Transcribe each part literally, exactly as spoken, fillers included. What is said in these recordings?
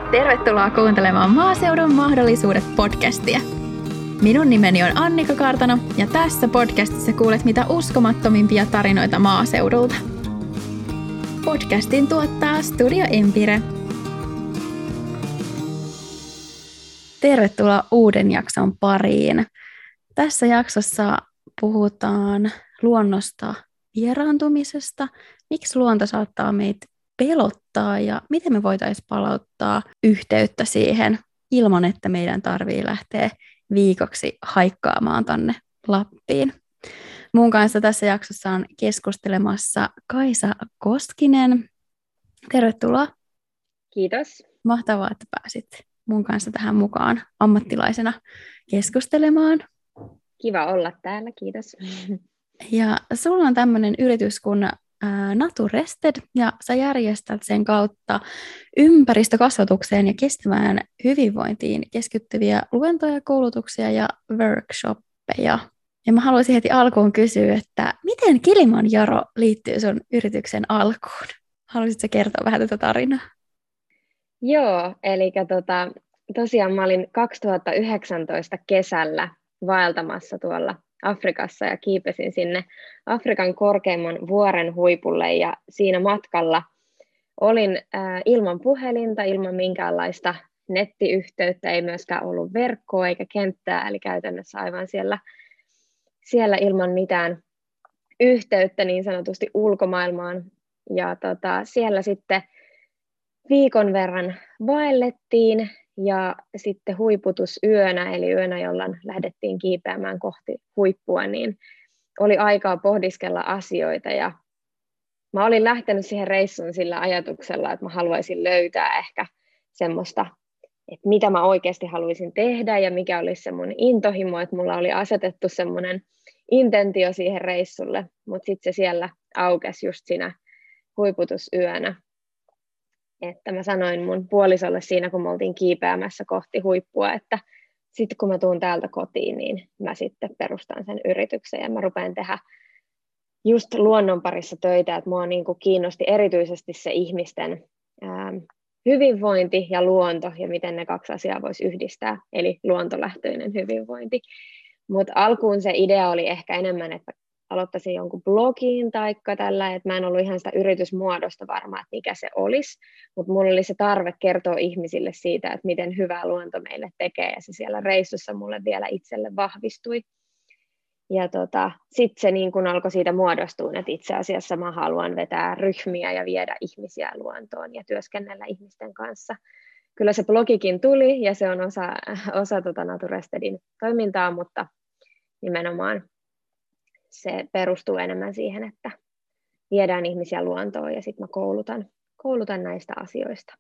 Tervetuloa kuuntelemaan Maaseudun mahdollisuudet podcastia. Minun nimeni on Annika Kartano ja tässä podcastissa kuulet mitä uskomattomimpia tarinoita maaseudulta. Podcastin tuottaa Studio Empire. Tervetuloa uuden jakson pariin. Tässä jaksossa puhutaan luonnosta vieraantumisesta, miksi luonto saattaa meitä pelottaa ja miten me voitaisiin palauttaa yhteyttä siihen ilman, että meidän tarvii lähteä viikoksi haikkaamaan tonne Lappiin. Mun kanssa tässä jaksossa on keskustelemassa Kaisa Koskinen. Tervetuloa. Kiitos. Mahtavaa, että pääsit mun kanssa tähän mukaan ammattilaisena keskustelemaan. Kiva olla täällä, kiitos. Ja sulla on tämmöinen yritys kuin Naturested, ja sä järjestät sen kautta ympäristökasvatukseen ja kestävään hyvinvointiin keskittyviä luentoja, koulutuksia ja workshoppeja. Ja mä haluaisin heti alkuun kysyä, että miten Kilimanjaro liittyy sun yrityksen alkuun? Haluaisitko kertoa vähän tätä tarinaa? Joo, eli tota, tosiaan mä olin kaksituhattayhdeksäntoista kesällä vaeltamassa tuolla Afrikassa ja kiipesin sinne Afrikan korkeimman vuoren huipulle ja siinä matkalla olin äh, ilman puhelinta, ilman minkäänlaista nettiyhteyttä, ei myöskään ollut verkkoa eikä kenttää, eli käytännössä aivan siellä, siellä ilman mitään yhteyttä niin sanotusti ulkomaailmaan. Ja tota, siellä sitten viikon verran vaellettiin. Ja sitten huiputusyönä, eli yönä, jolloin lähdettiin kiipeämään kohti huippua, niin oli aikaa pohdiskella asioita. Ja mä olin lähtenyt siihen reissuun sillä ajatuksella, että mä haluaisin löytää ehkä semmoista, että mitä mä oikeasti haluaisin tehdä ja mikä olisi se mun intohimo, että mulla oli asetettu semmoinen intentio siihen reissulle, mutta sitten se siellä aukesi just siinä huiputusyönä. Että mä sanoin mun puolisolle siinä, kun me oltiin kiipeämässä kohti huippua, että sitten kun mä tuun täältä kotiin, niin mä sitten perustan sen yrityksen ja mä rupean tehdä just luonnon parissa töitä, että mua niin kuin kiinnosti erityisesti se ihmisten ää, hyvinvointi ja luonto ja miten ne kaksi asiaa voisi yhdistää, eli luontolähtöinen hyvinvointi. Mutta alkuun se idea oli ehkä enemmän, että aloittaisin jonkun blogiin taikka tällä, että mä en ollut ihan sitä yritysmuodosta varma, että mikä se olisi, mutta mulla oli se tarve kertoa ihmisille siitä, että miten hyvää luonto meille tekee, ja se siellä reissussa mulle vielä itselle vahvistui. Ja tota, sitten se niin kun alkoi siitä muodostua, että itse asiassa mä haluan vetää ryhmiä ja viedä ihmisiä luontoon ja työskennellä ihmisten kanssa. Kyllä se blogikin tuli, ja se on osa, osa tota Naturestedin toimintaa, mutta nimenomaan se perustuu enemmän siihen, että viedään ihmisiä luontoon ja sitten mä koulutan, koulutan näistä asioista.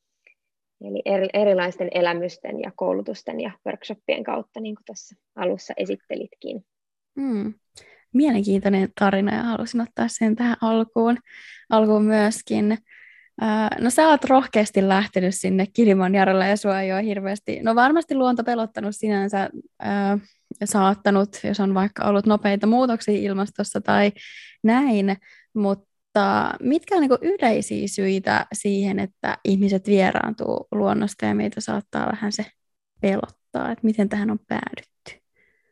Eli eri, erilaisten elämysten ja koulutusten ja workshoppien kautta, niin kuin tuossa alussa esittelitkin. Hmm. Mielenkiintoinen tarina ja halusin ottaa sen tähän alkuun, alkuun myöskin. No sä oot rohkeasti lähtenyt sinne Kilimanjarolle ja sua ei ole hirveästi, no varmasti luonto pelottanut sinänsä ää, ja saattanut, jos on vaikka ollut nopeita muutoksia ilmastossa tai näin, mutta mitkä on niinku yleisiä syitä siihen, että ihmiset vieraantuu luonnosta ja meitä saattaa vähän se pelottaa, että miten tähän on päädytty?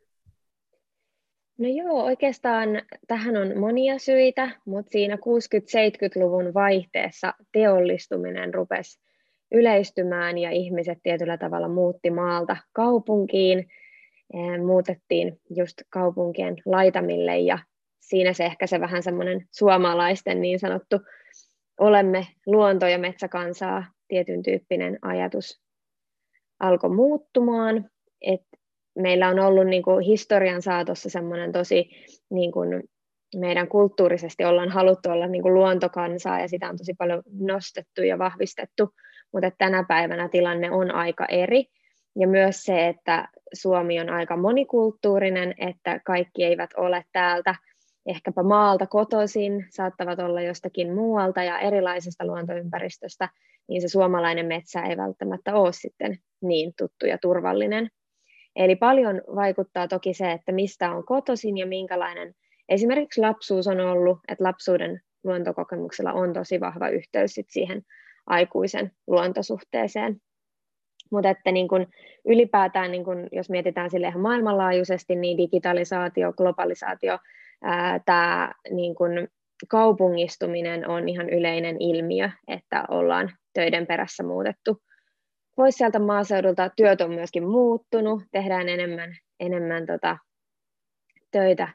No joo, oikeastaan tähän on monia syitä, mutta siinä kuusikymmentä-seitsemänkymmentäluvun vaihteessa teollistuminen rupesi yleistymään ja ihmiset tietyllä tavalla muutti maalta kaupunkiin. Muutettiin just kaupunkien laitamille ja siinä se ehkä se vähän semmoinen suomalaisten niin sanottu olemme luonto- ja metsäkansaa tietyn tyyppinen ajatus alkoi muuttumaan. Et meillä on ollut niin kuin historian saatossa semmoinen tosi, niin kuin meidän kulttuurisesti ollaan haluttu olla niin kuin luontokansaa ja sitä on tosi paljon nostettu ja vahvistettu, mutta tänä päivänä tilanne on aika eri. Ja myös se, että Suomi on aika monikulttuurinen, että kaikki eivät ole täältä ehkäpä maalta kotoisin, saattavat olla jostakin muualta ja erilaisesta luontoympäristöstä, niin se suomalainen metsä ei välttämättä ole sitten niin tuttu ja turvallinen. Eli paljon vaikuttaa toki se, että mistä on kotoisin ja minkälainen esimerkiksi lapsuus on ollut, että lapsuuden luontokokemuksella on tosi vahva yhteys sit siihen aikuisen luontosuhteeseen. Mutta että niin kun ylipäätään, niin kun, jos mietitään sille ihan maailmanlaajuisesti, niin digitalisaatio, globalisaatio, tämä niin kun kaupungistuminen on ihan yleinen ilmiö, että ollaan töiden perässä muutettu pois sieltä maaseudulta. Työt on myöskin muuttunut, tehdään enemmän, enemmän tota, töitä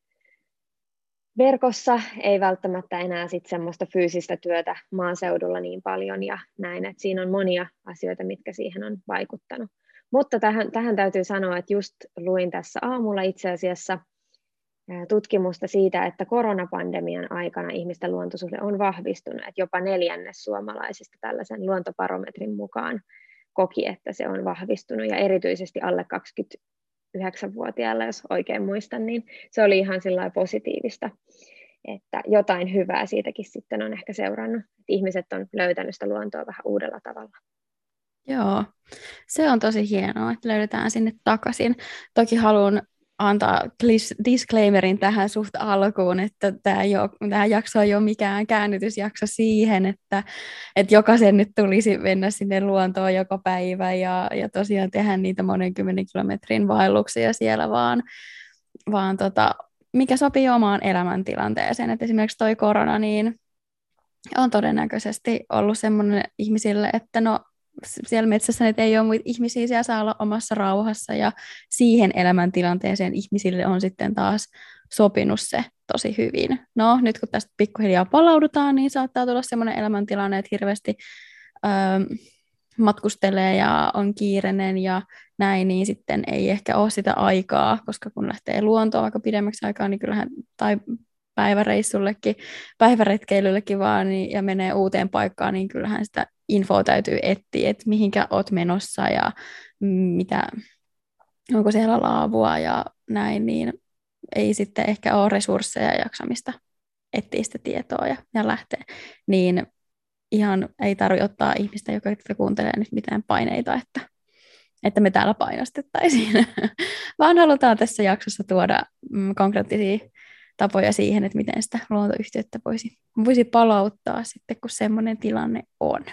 verkossa, ei välttämättä enää sit semmoista fyysistä työtä maaseudulla niin paljon ja näin, että siinä on monia asioita, mitkä siihen on vaikuttanut. Mutta tähän, tähän täytyy sanoa, että just luin tässä aamulla itse asiassa tutkimusta siitä, että koronapandemian aikana ihmisten luontosuhde on vahvistunut, että jopa neljännes suomalaisista tällaisen luontobarometrin mukaan koki, että se on vahvistunut, ja erityisesti alle kaksikymmentäyhdeksänvuotiailla, jos oikein muistan, niin se oli ihan sillä positiivista, että jotain hyvää siitäkin sitten on ehkä seurannut, että ihmiset on löytänyt sitä luontoa vähän uudella tavalla. Joo, se on tosi hienoa, että löydetään sinne takaisin. Toki haluan antaa disclaimerin tähän suht alkuun, että tämä, ei ole, tämä jakso ei ole mikään käännytysjakso siihen, että, että jokaisen nyt tulisi mennä sinne luontoon joka päivä ja, ja tosiaan tehdä niitä monen kymmenen kilometrin vaelluksia siellä, vaan, vaan tota, mikä sopii omaan elämäntilanteeseen. Että esimerkiksi toi korona niin on todennäköisesti ollut semmoinen ihmisille, että no siellä metsässä nyt ei ole muita ihmisiä, siellä saa olla omassa rauhassa ja siihen elämäntilanteeseen ihmisille on sitten taas sopinut se tosi hyvin. No nyt kun tästä pikkuhiljaa palaudutaan, niin saattaa tulla semmoinen elämäntilanne, että hirveästi öö, matkustelee ja on kiireinen ja näin, niin sitten ei ehkä ole sitä aikaa, koska kun lähtee luontoon vaikka pidemmäksi aikaa, niin kyllähän tai päiväreissullekin, päiväretkeilyllekin vaan niin, ja menee uuteen paikkaan, niin kyllähän sitä infoa täytyy etsiä, että mihinkä oot menossa ja mitä, onko siellä laavua ja näin, niin ei sitten ehkä ole resursseja ja jaksamista etsiä sitä tietoa ja, ja lähteä. Niin ihan ei tarvitse ottaa ihmistä, joka kuuntelee nyt mitään paineita, että, että me täällä painostettaisiin, vaan halutaan tässä jaksossa tuoda mm, konkreettisia tapoja siihen, että miten sitä luontoyhteyttä voisi, voisi palauttaa sitten, kun semmoinen tilanne on.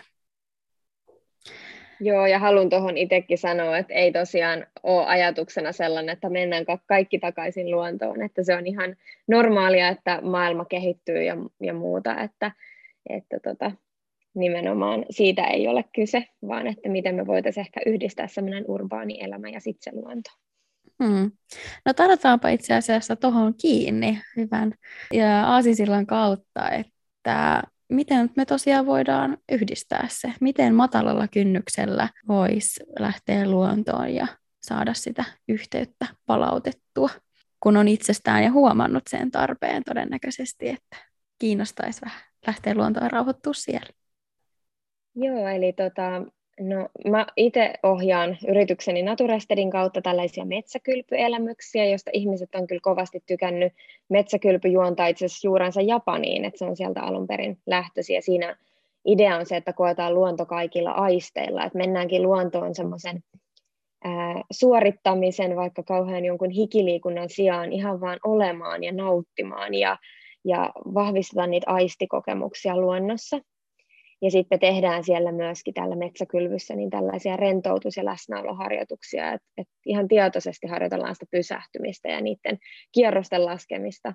Joo, ja haluan tuohon itsekin sanoa, että ei tosiaan ole ajatuksena sellainen, että mennään kaikki takaisin luontoon, että se on ihan normaalia, että maailma kehittyy ja, ja muuta, että, että tota, nimenomaan siitä ei ole kyse, vaan että miten me voitaisiin ehkä yhdistää sellainen urbaani elämä ja sitten se luonto. Hmm. No tarvitaanpa itse asiassa tuohon kiinni hyvän ja aasinsillan kautta, että miten me tosiaan voidaan yhdistää se, miten matalalla kynnyksellä voisi lähteä luontoon ja saada sitä yhteyttä palautettua, kun on itsestään ja huomannut sen tarpeen todennäköisesti, että kiinnostaisi vähän lähteä luontoon ja rauhoittua siellä. Joo, eli tota, no, mä itse ohjaan yritykseni Naturestedin kautta tällaisia metsäkylpyelämyksiä, joista ihmiset on kyllä kovasti tykännyt. Metsäkylpy juontaa itse asiassa juurensa Japaniin, että se on sieltä alun perin lähtöisin. Ja siinä idea on se, että koetaan luonto kaikilla aisteilla, että mennäänkin luontoon semmoisen suorittamisen, vaikka kauhean jonkun hikiliikunnan sijaan, ihan vaan olemaan ja nauttimaan ja, ja vahvistetaan niitä aistikokemuksia luonnossa. Ja sitten tehdään siellä myöskin tällä metsäkylvyssä niin tällaisia rentoutus- ja läsnäoloharjoituksia, että et ihan tietoisesti harjoitellaan sitä pysähtymistä ja niiden kierrosten laskemista.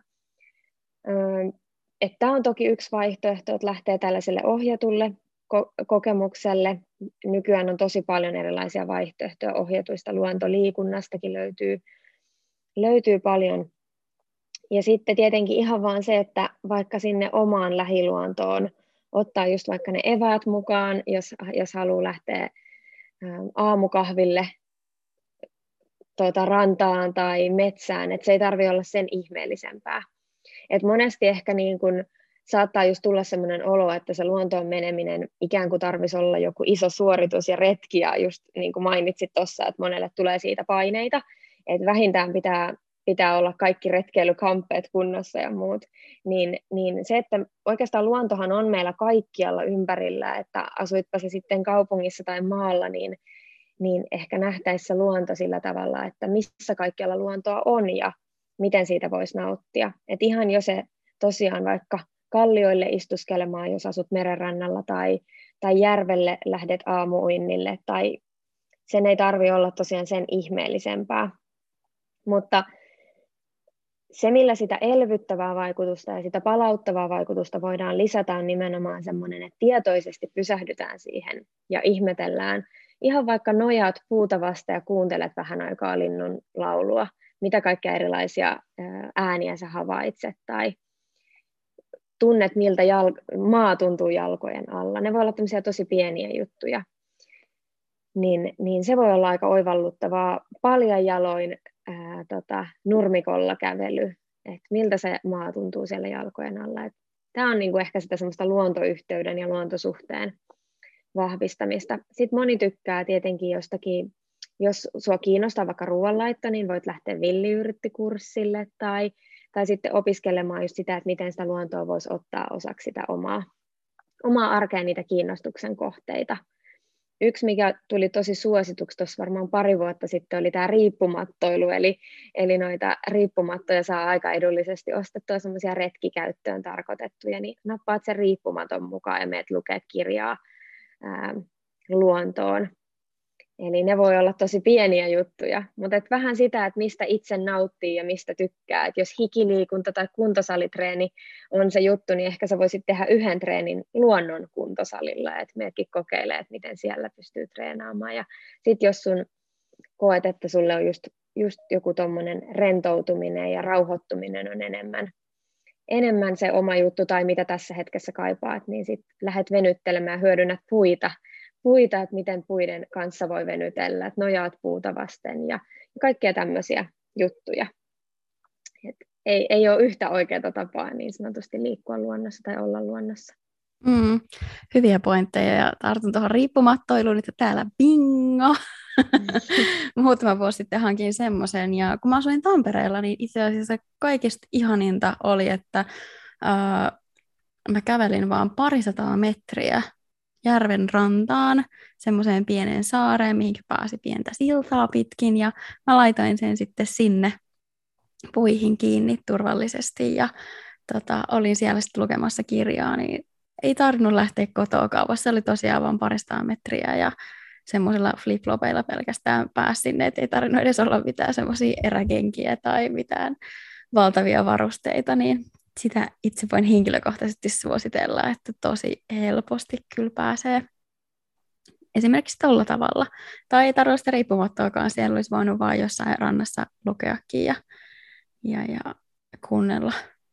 Tämä on toki yksi vaihtoehto, että lähtee tällaiselle ohjatulle ko- kokemukselle. Nykyään on tosi paljon erilaisia vaihtoehtoja ohjatuista luontoliikunnastakin löytyy, löytyy paljon. Ja sitten tietenkin ihan vaan se, että vaikka sinne omaan lähiluontoon ottaa just vaikka ne eväät mukaan, jos, jos haluaa lähteä aamukahville tuota, rantaan tai metsään, että se ei tarvitse olla sen ihmeellisempää. Et monesti ehkä niin kun saattaa just tulla sellainen olo, että se luontoon meneminen ikään kuin tarvitsisi olla joku iso suoritus ja retki, ja just niin kuin mainitsit tuossa, että monelle tulee siitä paineita, että vähintään pitää pitää olla kaikki retkeilykamppeet kunnossa ja muut, niin, niin se, että oikeastaan luontohan on meillä kaikkialla ympärillä, että asuitpa se sitten kaupungissa tai maalla, niin, niin ehkä nähtäisi se luonto sillä tavalla, että missä kaikkialla luontoa on ja miten siitä voisi nauttia. Et ihan jo se tosiaan vaikka kallioille istuskelemaan, jos asut merenrannalla tai, tai järvelle lähdet aamuuinnille, tai sen ei tarvitse olla tosiaan sen ihmeellisempää. Mutta se, millä sitä elvyttävää vaikutusta ja sitä palauttavaa vaikutusta voidaan lisätä, on nimenomaan semmoinen, että tietoisesti pysähdytään siihen ja ihmetellään. Ihan vaikka nojaat puuta vasta ja kuuntelet vähän aikaa linnun laulua, mitä kaikkea erilaisia ääniä sä havaitset, tai tunnet, miltä jal- maa tuntuu jalkojen alla. Ne voi olla tämmöisiä tosi pieniä juttuja. Niin, niin se voi olla aika oivalluttavaa. Paljan jaloin ää, tota, nurmikolla kävely, että miltä se maa tuntuu siellä jalkojen alla. Tämä on niinku ehkä sitä semmoista luontoyhteyden ja luontosuhteen vahvistamista. Sitten moni tykkää tietenkin jostakin, jos sua kiinnostaa vaikka ruoanlaitto, niin voit lähteä villiyrttikurssille tai, tai sitten opiskelemaan just sitä, että miten sitä luontoa voisi ottaa osaksi sitä omaa, omaa arkea, niitä kiinnostuksen kohteita. Yksi, mikä tuli tosi suosituksi tuossa varmaan pari vuotta sitten, oli tämä riippumattoilu, eli, eli noita riippumattoja saa aika edullisesti ostettua semmoisia retkikäyttöön tarkoitettuja, niin nappaat sen riippumaton mukaan ja meet lukea kirjaa ää, luontoon. Eli ne voi olla tosi pieniä juttuja, mutta et vähän sitä, että mistä itse nauttii ja mistä tykkää. Et jos hikiliikunta tai kuntosalitreeni on se juttu, niin ehkä sä voisit tehdä yhden treenin luonnon kuntosalilla, että meetkin kokeilee, että miten siellä pystyy treenaamaan. Ja sitten jos sun koet, että sulle on just, just joku tommonen rentoutuminen ja rauhoittuminen on enemmän, enemmän se oma juttu tai mitä tässä hetkessä kaipaat, niin sitten lähdet venyttelemään ja hyödynnät puita, puita, että miten puiden kanssa voi venytellä, että nojaat puuta vasten ja kaikkea tämmöisiä juttuja. Et ei, ei ole yhtä oikeaa tapaa niin sanotusti liikkua luonnossa tai olla luonnossa. Mm, hyviä pointteja ja tartun tuohon riippumattoiluun, että täällä bingo! Muutama vuosi sitten hankin semmoisen ja kun mä asuin Tampereella, niin itse asiassa kaikista ihaninta oli, että ää, mä kävelin vaan parisataa metriä järven rantaan, semmoiseen pieneen saareen, mihin pääsi pientä siltaa pitkin, ja mä laitoin sen sitten sinne puihin kiinni turvallisesti, ja tota, olin siellä sitten lukemassa kirjaa, niin ei tarvinnut lähteä kotoa kauas, se oli tosiaan vain paristaa metriä, ja semmoisilla flip-flopeilla pelkästään pääsi sinne, että ei tarvinnut edes olla mitään semmoisia eräkenkiä tai mitään valtavia varusteita, niin sitä itse voin henkilökohtaisesti suositella, että tosi helposti kyllä pääsee esimerkiksi tällä tavalla. Tai ei tarvitse sitä riippumattoakaan, siellä olisi voinut vain jossain rannassa lukeakin ja, ja, ja kuunnella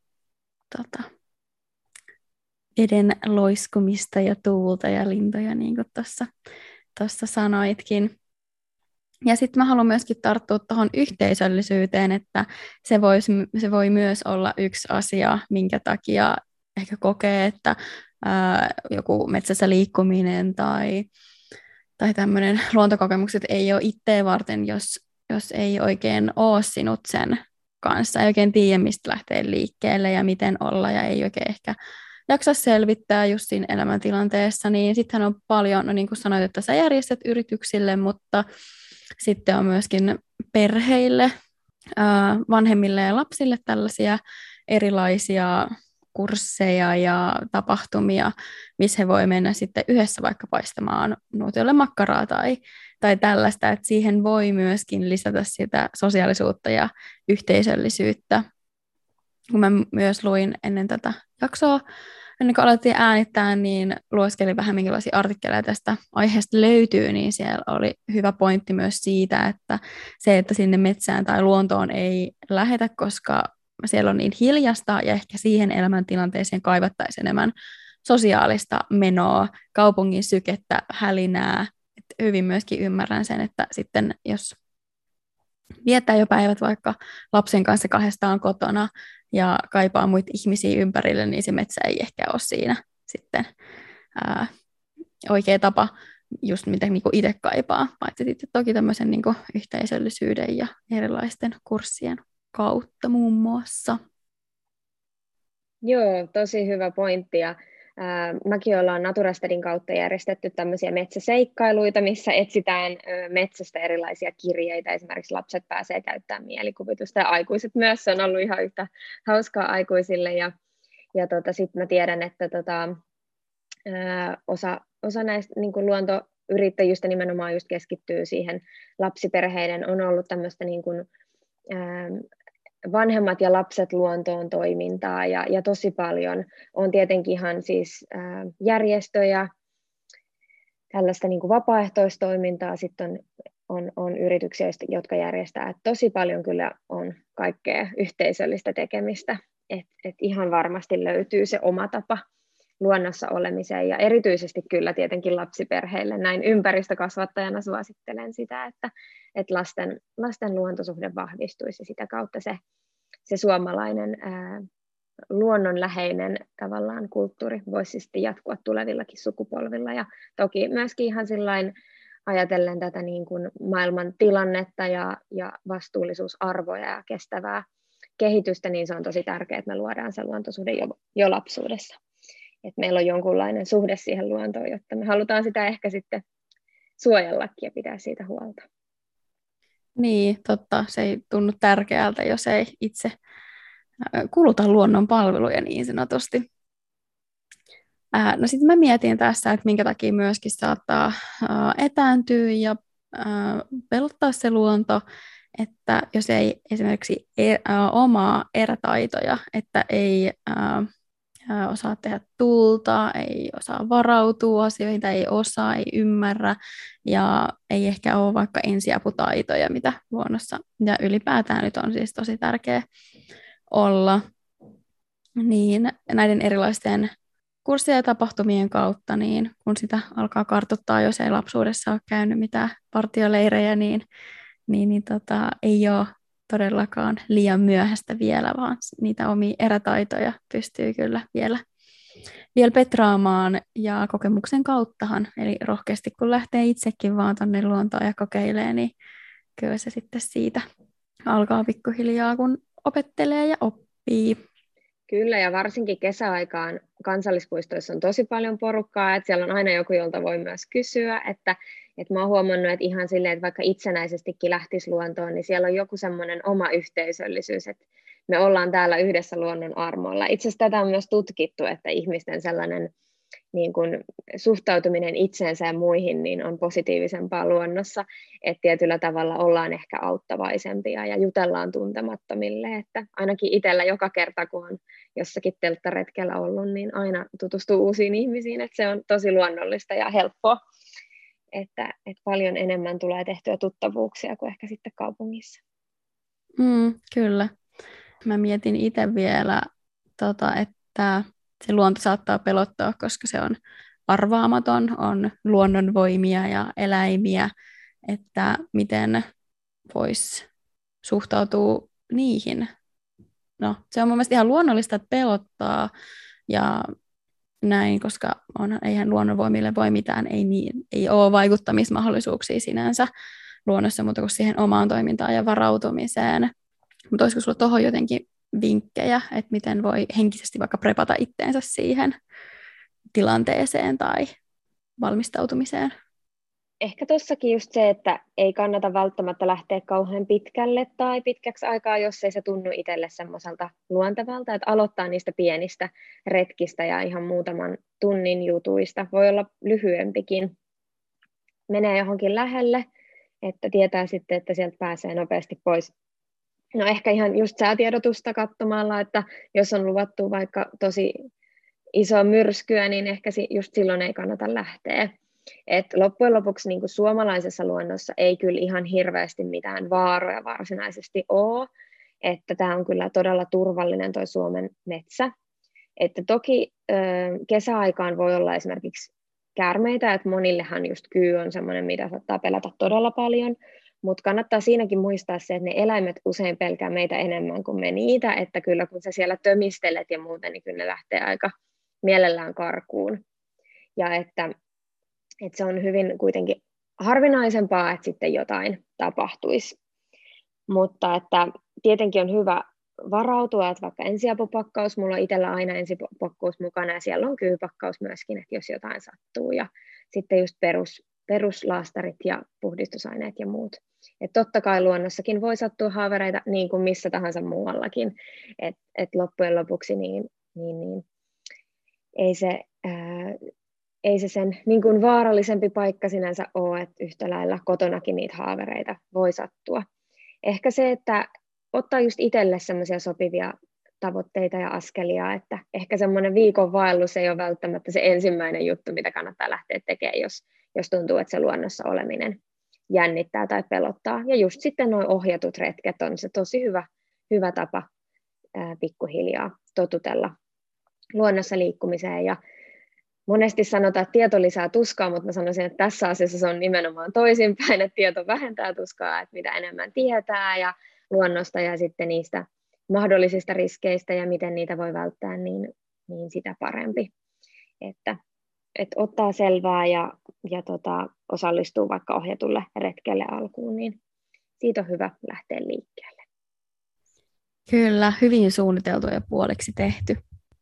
tota, veden loiskumista ja tuulta ja lintoja, niin kuin tuossa sanoitkin. Ja sitten mä haluan myöskin tarttua tuohon yhteisöllisyyteen, että se, voisi, se voi myös olla yksi asia, minkä takia ehkä kokee, että ää, joku metsässä liikkuminen tai, tai tämmöinen luontokokemukset ei ole itseä varten, jos, jos ei oikein ole sinut sen kanssa, ei oikein tiedä, mistä lähtee liikkeelle ja miten olla ja ei oikein ehkä jaksa selvittää just siinä elämäntilanteessa, niin sittenhän on paljon, no niin kuin sanoit, että sä järjestät yrityksille, mutta sitten on myöskin perheille, vanhemmille ja lapsille tällaisia erilaisia kursseja ja tapahtumia, missä he voi mennä sitten yhdessä vaikka paistamaan nuotiolle makkaraa tai, tai tällaista, että siihen voi myöskin lisätä sitä sosiaalisuutta ja yhteisöllisyyttä. Kun mä myös luin ennen tätä jaksoa, ennen kuin alettiin äänittää, niin lueskelin vähän minkälaisia artikkeleja tästä aiheesta löytyy, niin siellä oli hyvä pointti myös siitä, että se, että sinne metsään tai luontoon ei lähetä, koska siellä on niin hiljasta ja ehkä siihen elämäntilanteeseen kaivattaisiin enemmän sosiaalista menoa, kaupungin sykettä, hälinää. Et hyvin myöskin ymmärrän sen, että sitten jos viettää jo päivät vaikka lapsen kanssa kahdestaan kotona ja kaipaa muita ihmisiä ympärille, niin se metsä ei ehkä ole siinä sitten ää, oikea tapa, just mitä niinku itse kaipaa, paitsi sitten toki tämmöisen niinku yhteisöllisyyden ja erilaisten kurssien kautta muun muassa. Joo, tosi hyvä pointti. Ja, ää, mäkin ollaan Naturastedin kautta järjestetty tämmöisiä metsäseikkailuita, missä etsitään ä, metsästä erilaisia kirjeitä. Esimerkiksi lapset pääsee käyttämään mielikuvitusta ja aikuiset myös. Se on ollut ihan yhtä hauskaa aikuisille. Ja, ja tota, sitten mä tiedän, että tota, ää, osa osa näistä niin kuin luontoyrittäjistä nimenomaan just keskittyy siihen lapsiperheiden, on ollut tämmöistä niin kuin, ää, vanhemmat ja lapset luontoon toimintaa ja, ja tosi paljon on tietenkin ihan siis ää, järjestöjä, tällaista niin kuin vapaaehtoistoimintaa, sitten on, on, on yrityksiä, jotka järjestää, että tosi paljon kyllä on kaikkea yhteisöllistä tekemistä, että et ihan varmasti löytyy se oma tapa luonnossa olemiseen ja erityisesti kyllä tietenkin lapsiperheille näin ympäristökasvattajana suosittelen sitä, että, että lasten, lasten luontosuhde vahvistuisi sitä kautta se, se suomalainen ää, luonnonläheinen tavallaan kulttuuri voisi sitten jatkua tulevillakin sukupolvilla ja toki myöskin ihan sillain ajatellen tätä niin kuin maailman tilannetta ja, ja vastuullisuusarvoja ja kestävää kehitystä, niin se on tosi tärkeää, että me luodaan se luontosuhde jo, jo lapsuudessa. Että meillä on jonkunlainen suhde siihen luontoon, jotta me halutaan sitä ehkä sitten suojellakin ja pitää siitä huolta. Niin, totta. Se ei tunnu tärkeältä, jos ei itse kuluta luonnon palveluja niin sanotusti. Ää, no sitten mä mietin tässä, että minkä takia myöskin saattaa ää, etääntyä ja ää, pelottaa se luonto, että jos ei esimerkiksi e, ää, omaa erätaitoja, että ei ää, ää, osaa tehdä tulta, ei osaa varautua asioihin tai ei osaa, ei ymmärrä ja ei ehkä ole vaikka ensiaputaitoja, mitä luonnossa ja ylipäätään nyt on siis tosi tärkeää olla, niin näiden erilaisten kurssien ja tapahtumien kautta, niin kun sitä alkaa kartoittaa, jos ei lapsuudessa ole käynyt mitään partioleirejä, niin, niin, niin tota, ei ole todellakaan liian myöhäistä vielä, vaan niitä omia erätaitoja pystyy kyllä vielä, vielä petraamaan ja kokemuksen kauttahan. Eli rohkeasti kun lähtee itsekin vaan tuonne luontoon ja kokeilee, niin kyllä se sitten siitä alkaa pikkuhiljaa, kun opettelee ja oppii. Kyllä, ja varsinkin kesäaikaan kansallispuistoissa on tosi paljon porukkaa, että siellä on aina joku, jolta voi myös kysyä, että, että mä oon huomannut, että ihan silleen, että vaikka itsenäisestikin lähtisi luontoon, niin siellä on joku semmoinen oma yhteisöllisyys, että me ollaan täällä yhdessä luonnon armoilla. Itse asiassa tätä on myös tutkittu, että ihmisten sellainen niin kuin suhtautuminen itseensä ja muihin niin on positiivisempaa luonnossa, että tietyllä tavalla ollaan ehkä auttavaisempia ja jutellaan tuntemattomille, että ainakin itsellä joka kerta, kun on jossakin telttaretkellä ollut, niin aina tutustuu uusiin ihmisiin, että se on tosi luonnollista ja helppoa, että, että paljon enemmän tulee tehtyä tuttavuuksia kuin ehkä sitten kaupungissa. Mm, kyllä. Mä mietin itse vielä, tota, että se luonto saattaa pelottaa, koska se on arvaamaton, on luonnonvoimia ja eläimiä, että miten voisi suhtautua niihin. No, se on mun mielestä ihan luonnollista, että pelottaa ja näin, koska on, eihän luonnonvoimille voi mitään, ei, niin, ei ole vaikuttamismahdollisuuksia sinänsä luonnossa, mutta kuin siihen omaan toimintaan ja varautumiseen. Mutta olisiko sulla tuohon jotenkin vinkkejä, että miten voi henkisesti vaikka prepata itteensä siihen tilanteeseen tai valmistautumiseen? Ehkä tuossakin just se, että ei kannata välttämättä lähteä kauhean pitkälle tai pitkäksi aikaa, jos ei se tunnu itselle semmoiselta luontevalta, että aloittaa niistä pienistä retkistä ja ihan muutaman tunnin jutuista. Voi olla lyhyempikin. Menee johonkin lähelle, että tietää sitten, että sieltä pääsee nopeasti pois. No ehkä ihan just säätiedotusta katsomalla, että jos on luvattu vaikka tosi iso myrskyä, niin ehkä just silloin ei kannata lähteä. Et loppujen lopuksi niin kuin suomalaisessa luonnossa ei kyllä ihan hirveästi mitään vaaroja varsinaisesti ole, että tämä on kyllä todella turvallinen toi Suomen metsä. Että toki ö, kesäaikaan voi olla esimerkiksi käärmeitä, että monillehan just kyy on semmoinen, mitä saattaa pelätä todella paljon, mutta kannattaa siinäkin muistaa se, että ne eläimet usein pelkää meitä enemmän kuin me niitä, että kyllä kun sä siellä tömistelet ja muuten, niin kyllä ne lähtee aika mielellään karkuun. Ja että, että se on hyvin kuitenkin harvinaisempaa, että sitten jotain tapahtuisi. Mutta että tietenkin on hyvä varautua, että vaikka ensiapupakkaus, mulla on itsellä aina ensipakkaus mukana ja siellä on kyypakkaus myöskin, että jos jotain sattuu. Ja sitten just perus, peruslaastarit ja puhdistusaineet ja muut. Et totta kai luonnossakin voi sattua haavereita niin kuin missä tahansa muuallakin. Et, et loppujen lopuksi niin, niin, niin, ei se ää, ei se sen niin kuin vaarallisempi paikka sinänsä ole, että yhtä lailla kotonakin niitä haavereita voi sattua. Ehkä se, että ottaa just itselle semmoisia sopivia tavoitteita ja askelia, että ehkä semmoinen viikon vaellus ei ole välttämättä se ensimmäinen juttu, mitä kannattaa lähteä tekemään, jos, jos tuntuu, että se luonnossa oleminen jännittää tai pelottaa. Ja just sitten nuo ohjatut retket on se tosi hyvä, hyvä tapa ää, pikkuhiljaa totutella luonnossa liikkumiseen. Ja monesti sanotaan, että tieto lisää tuskaa, mutta mä sanoisin, että tässä asiassa se on nimenomaan toisinpäin, että tieto vähentää tuskaa, että mitä enemmän tietää ja luonnosta ja sitten niistä mahdollisista riskeistä ja miten niitä voi välttää, niin, niin sitä parempi. Että, että ottaa selvää ja, ja tota, osallistuu vaikka ohjatulle retkelle alkuun, niin siitä on hyvä lähteä liikkeelle. Kyllä, hyvin suunniteltu ja puoliksi tehty.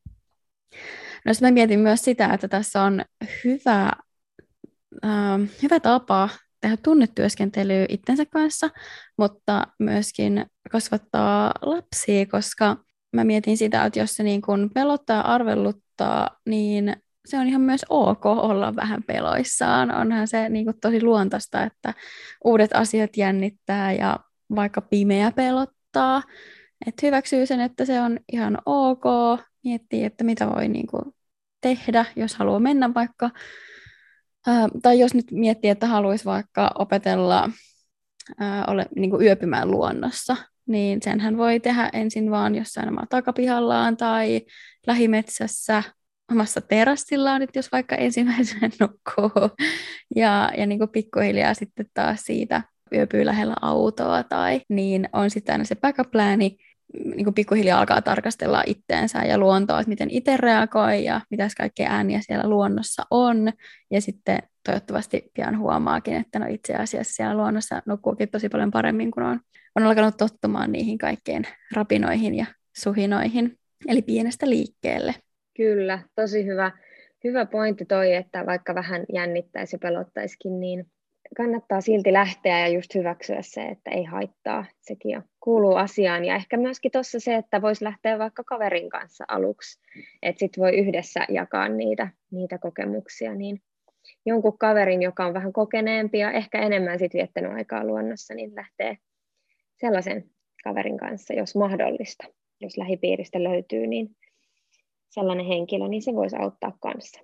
No, mä mietin myös sitä, että tässä on hyvä, äh, hyvä tapa tehdä tunnetyöskentelyä itsensä kanssa, mutta myöskin kasvattaa lapsia, koska mä mietin sitä, että jos se niin kun pelottaa ja arveluttaa, niin se on ihan myös ok olla vähän peloissaan. Onhan se niin kun tosi luontaista, että uudet asiat jännittää ja vaikka pimeä pelottaa. Että hyväksyy sen, että se on ihan ok, miettii, että mitä voi niin kun tehdä, jos haluaa mennä vaikka. Ää, tai jos nyt miettii, että haluaisi vaikka opetella ää, ole, niin kuin yöpymään luonnossa, niin senhän voi tehdä ensin vaan jossain omalla takapihallaan tai lähimetsässä omassa terassillaan, nyt jos vaikka ensimmäisenä nukkuu. Ja, ja niin kuin pikkuhiljaa sitten taas siitä yöpyy lähellä autoa tai niin on sitten aina se backup-plääni, niin kuin pikkuhiljaa alkaa tarkastella itteensä ja luontoa, että miten itse reagoi ja mitä kaikkea ääniä siellä luonnossa on. Ja sitten toivottavasti pian huomaakin, että no itse asiassa siellä luonnossa nukkuukin tosi paljon paremmin, kun on, on alkanut tottumaan niihin kaikkein rapinoihin ja suhinoihin. Eli pienestä liikkeelle. Kyllä, tosi hyvä, hyvä pointti toi, että vaikka vähän jännittäisi ja pelottaisikin, niin kannattaa silti lähteä ja just hyväksyä se, että ei haittaa. Sekin jo kuuluu asiaan. Ja ehkä myöskin tuossa se, että voisi lähteä vaikka kaverin kanssa aluksi. Että sitten voi yhdessä jakaa niitä, niitä kokemuksia. Niin jonkun kaverin, joka on vähän kokeneempi ja ehkä enemmän sit viettänyt aikaa luonnossa, niin lähtee sellaisen kaverin kanssa, jos mahdollista. Jos lähipiiristä löytyy, niin sellainen henkilö, niin se voisi auttaa kanssa.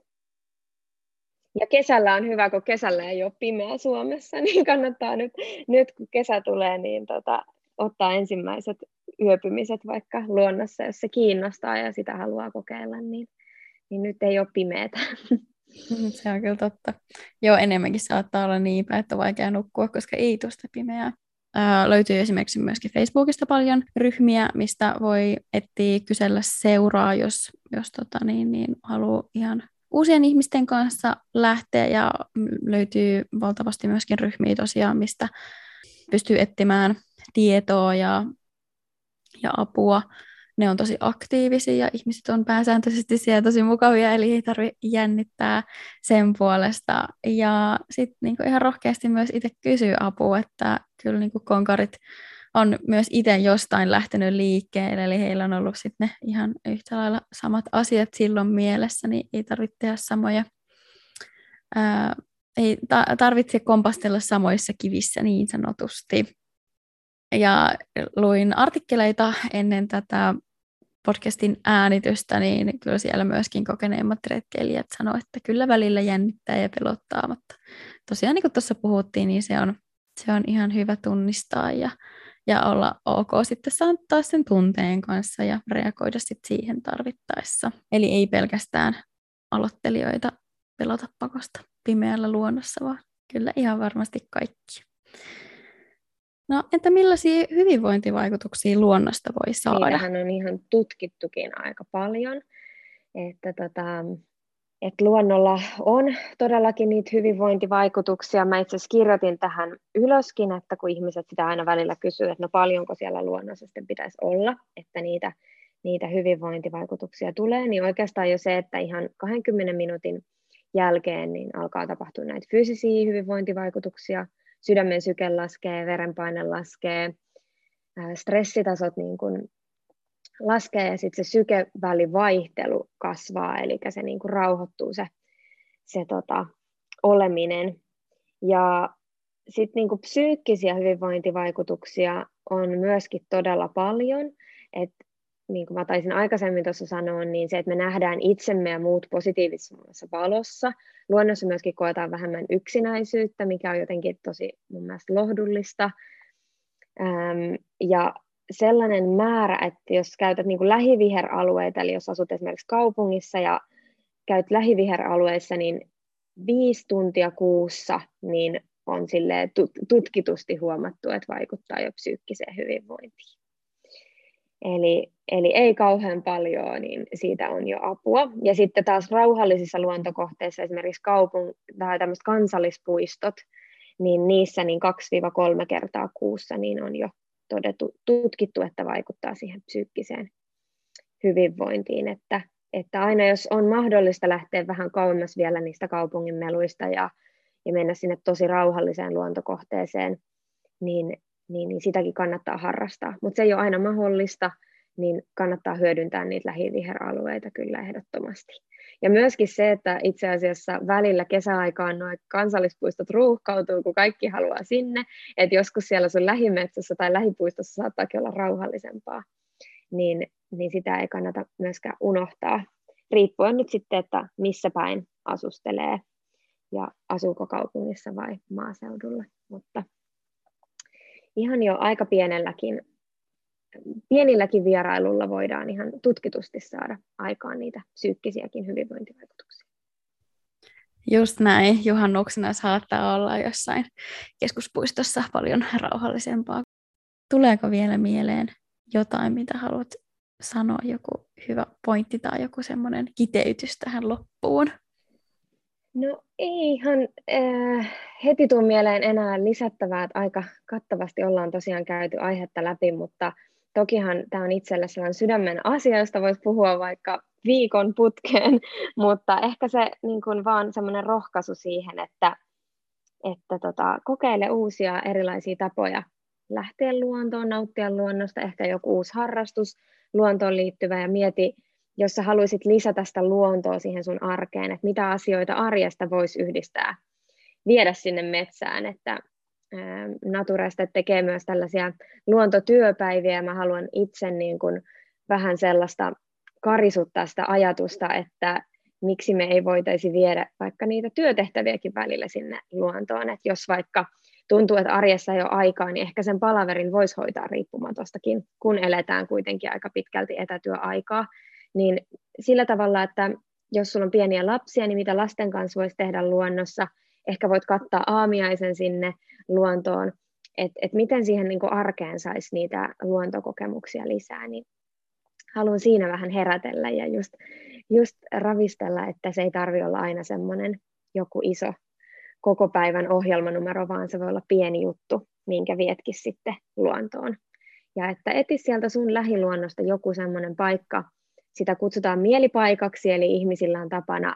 Ja kesällä on hyvä, kun kesällä ei ole pimeä Suomessa, niin kannattaa nyt, nyt kun kesä tulee, niin tota, ottaa ensimmäiset yöpymiset vaikka luonnossa, jos se kiinnostaa ja sitä haluaa kokeilla, niin, niin nyt ei ole pimeätä. Se on kyllä totta. Joo, enemmänkin saattaa olla niinpä, että on vaikea nukkua, koska ei tuosta pimeää. Ää, löytyy esimerkiksi myöskin Facebookista paljon ryhmiä, mistä voi etsiä, kysellä seuraa, jos, jos tota, niin, niin, haluaa ihan uusien ihmisten kanssa lähteä, ja löytyy valtavasti myöskin ryhmiä tosiaan, mistä pystyy etsimään tietoa ja, ja apua. Ne on tosi aktiivisia ja ihmiset on pääsääntöisesti siellä tosi mukavia, eli ei tarvitse jännittää sen puolesta. Ja sitten niinku ihan rohkeasti myös itse kysyä apua, että kyllä niinku konkarit on myös itse jostain lähtenyt liikkeelle, eli heillä on ollut sitten ne ihan yhtä lailla samat asiat silloin mielessä, niin ei tarvitse tehdä samoja, ää, ei ta- tarvitse kompastella samoissa kivissä niin sanotusti. Ja luin artikkeleita ennen tätä podcastin äänitystä, niin kyllä siellä myöskin kokeneemmat retkeilijät sanoivat, että kyllä välillä jännittää ja pelottaa, mutta tosiaan niin kuin tuossa puhuttiin, niin se on, se on ihan hyvä tunnistaa ja, ja olla ok sitten saattaa sen tunteen kanssa ja reagoida sitten siihen tarvittaessa. Eli ei pelkästään aloittelijoita pelota pakosta pimeällä luonnossa, vaan kyllä ihan varmasti kaikki. No, entä millaisia hyvinvointivaikutuksia luonnosta voi saada? Niitähän on ihan tutkittukin aika paljon, että, tota, että luonnolla on todellakin niitä hyvinvointivaikutuksia. Mä itse asiassa kirjoitin tähän ylöskin, että kun ihmiset sitä aina välillä kysyy, että no paljonko siellä luonnossa sitten pitäisi olla, että niitä, niitä hyvinvointivaikutuksia tulee, niin oikeastaan jo se, että ihan kahdenkymmenen minuutin jälkeen niin alkaa tapahtua näitä fyysisiä hyvinvointivaikutuksia, sydämen syke laskee, verenpaine laskee, stressitasot niin kuin laskee ja sitten se sykevälivaihtelu kasvaa, eli se niin kuin rauhoittuu se, se tota, oleminen. Ja sitten niinku psyykkisiä hyvinvointivaikutuksia on myöskin todella paljon. Et, niin kuin mä taisin aikaisemmin tuossa sanoa, niin se, että me nähdään itsemme ja muut positiivisessa valossa. Luonnossa myöskin koetaan vähemmän yksinäisyyttä, mikä on jotenkin tosi mun mielestä lohdullista. Ähm, ja sellainen määrä, että jos käytät niin kuin lähiviheralueita, eli jos asut esimerkiksi kaupungissa ja käyt lähiviheralueissa, niin viisi tuntia kuussa niin on silleen tutkitusti huomattu, että vaikuttaa jo psyykkiseen hyvinvointiin. Eli, eli ei kauhean paljon, niin siitä on jo apua. Ja sitten taas rauhallisissa luontokohteissa, esimerkiksi kaupung- tai tämmöiset kansallispuistot, niin niissä niin kaksi kolme kertaa kuussa niin on jo todettu, tutkittu, että vaikuttaa siihen psyykkiseen hyvinvointiin. Että, että aina jos on mahdollista lähteä vähän kauemmas vielä niistä kaupungin meluista ja, ja mennä sinne tosi rauhalliseen luontokohteeseen, niin Niin, niin sitäkin kannattaa harrastaa. Mutta se ei ole aina mahdollista, niin kannattaa hyödyntää niitä lähiviheralueita kyllä ehdottomasti. Ja myöskin se, että itse asiassa välillä kesäaikaan nuo kansallispuistot ruuhkautuu, kun kaikki haluaa sinne, että joskus siellä sun lähimetsässä tai lähipuistossa saattaakin olla rauhallisempaa, niin, niin sitä ei kannata myöskään unohtaa. Riippuen nyt sitten, että missä päin asustelee ja asuuko kaupungissa vai maaseudulla, mutta ihan jo aika pienelläkin, pienilläkin vierailulla voidaan ihan tutkitusti saada aikaan niitä psyykkisiäkin hyvinvointivaikutuksia. Just näin. Juhannuksena saattaa olla jossain keskuspuistossa paljon rauhallisempaa. Tuleeko vielä mieleen jotain, mitä haluat sanoa, joku hyvä pointti tai joku semmoinen kiteytys tähän loppuun? No ei ihan äh, heti tuu mieleen enää lisättävää, että aika kattavasti ollaan tosiaan käyty aihetta läpi, mutta tokihan tämä on itselle sellainen sydämen asia, josta voisi puhua vaikka viikon putkeen, mutta ehkä se niin kuin vaan semmoinen rohkaisu siihen, että, että tota, kokeile uusia erilaisia tapoja lähteä luontoon, nauttia luonnosta, ehkä joku uusi harrastus luontoon liittyvä ja mieti, jos sä haluaisit lisätä sitä luontoa siihen sun arkeen, että mitä asioita arjesta voisi yhdistää, viedä sinne metsään, että Natureste tekee myös tällaisia luontotyöpäiviä, ja mä haluan itse niin kuin vähän sellaista karisuttaa sitä ajatusta, että miksi me ei voitaisi viedä vaikka niitä työtehtäviäkin välillä sinne luontoon, että jos vaikka tuntuu, että arjessa ei ole aikaa, niin ehkä sen palaverin voisi hoitaa riippumatostakin, kun eletään kuitenkin aika pitkälti etätyöaikaa, niin sillä tavalla, että jos sulla on pieniä lapsia, niin mitä lasten kanssa voisi tehdä luonnossa, ehkä voit kattaa aamiaisen sinne luontoon, että et miten siihen niin kuin arkeen saisi niitä luontokokemuksia lisää, niin haluan siinä vähän herätellä ja just, just ravistella, että se ei tarvitse olla aina semmoinen joku iso koko päivän ohjelmanumero, vaan se voi olla pieni juttu, minkä vietkin sitten luontoon. Ja että eti sieltä sun lähiluonnosta joku semmoinen paikka, sitä kutsutaan mielipaikaksi, eli ihmisillä on tapana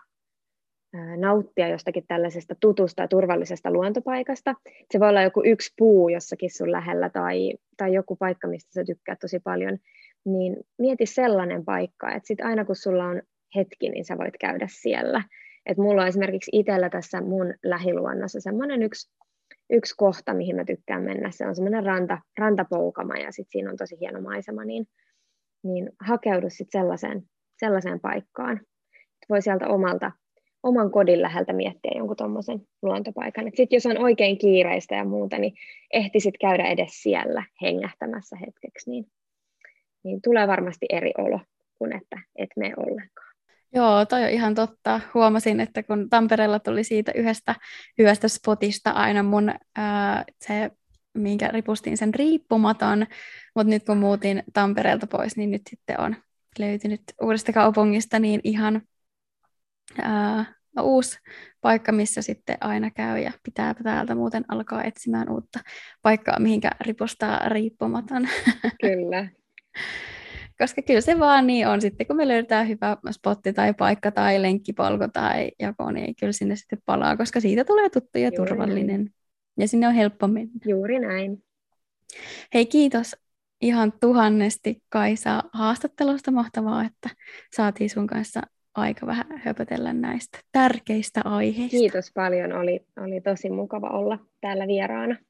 nauttia jostakin tällaisesta tutusta ja turvallisesta luontopaikasta. Se voi olla joku yksi puu jossakin sun lähellä tai, tai joku paikka, mistä sä tykkäät tosi paljon, niin mieti sellainen paikka, että sit aina kun sulla on hetki, niin sä voit käydä siellä. Et mulla on esimerkiksi itsellä tässä mun lähiluonnossa semmoinen yksi, yksi kohta, mihin mä tykkään mennä. Se on semmoinen ranta, rantapoukama ja sit siinä on tosi hieno maisema, niin, niin hakeudu sit sellaiseen, sellaiseen paikkaan. Voi sieltä omalta oman kodin läheltä miettiä jonkun tuommoisen luontopaikan. Sitten jos on oikein kiireistä ja muuta, niin ehtisit käydä edes siellä hengähtämässä hetkeksi, niin, niin tulee varmasti eri olo kuin että et mene ollenkaan. Joo, toi on ihan totta. Huomasin, että kun Tampereella tuli siitä yhdestä hyvästä spotista aina mun ää, se, minkä ripustin sen riippumaton, mutta nyt kun muutin Tampereelta pois, niin nyt sitten on löytynyt uudesta kaupungista niin ihan ää, uusi paikka, missä sitten aina käy ja pitää täältä muuten alkaa etsimään uutta paikkaa, mihinkä ripustaa riippumaton. Kyllä. Koska kyllä se vaan niin on sitten, kun me löydetään hyvä spotti tai paikka tai lenkkipolku tai joku, niin kyllä sinne sitten palaa, koska siitä tulee tuttu ja Juuri turvallinen. Näin. Ja sinne on helppo mennä. Juuri näin. Hei, kiitos ihan tuhannesti Kaisa haastattelusta. Mahtavaa, että saatiin sun kanssa aika vähän höpötellä näistä tärkeistä aiheista. Kiitos paljon, oli, oli tosi mukava olla täällä vieraana.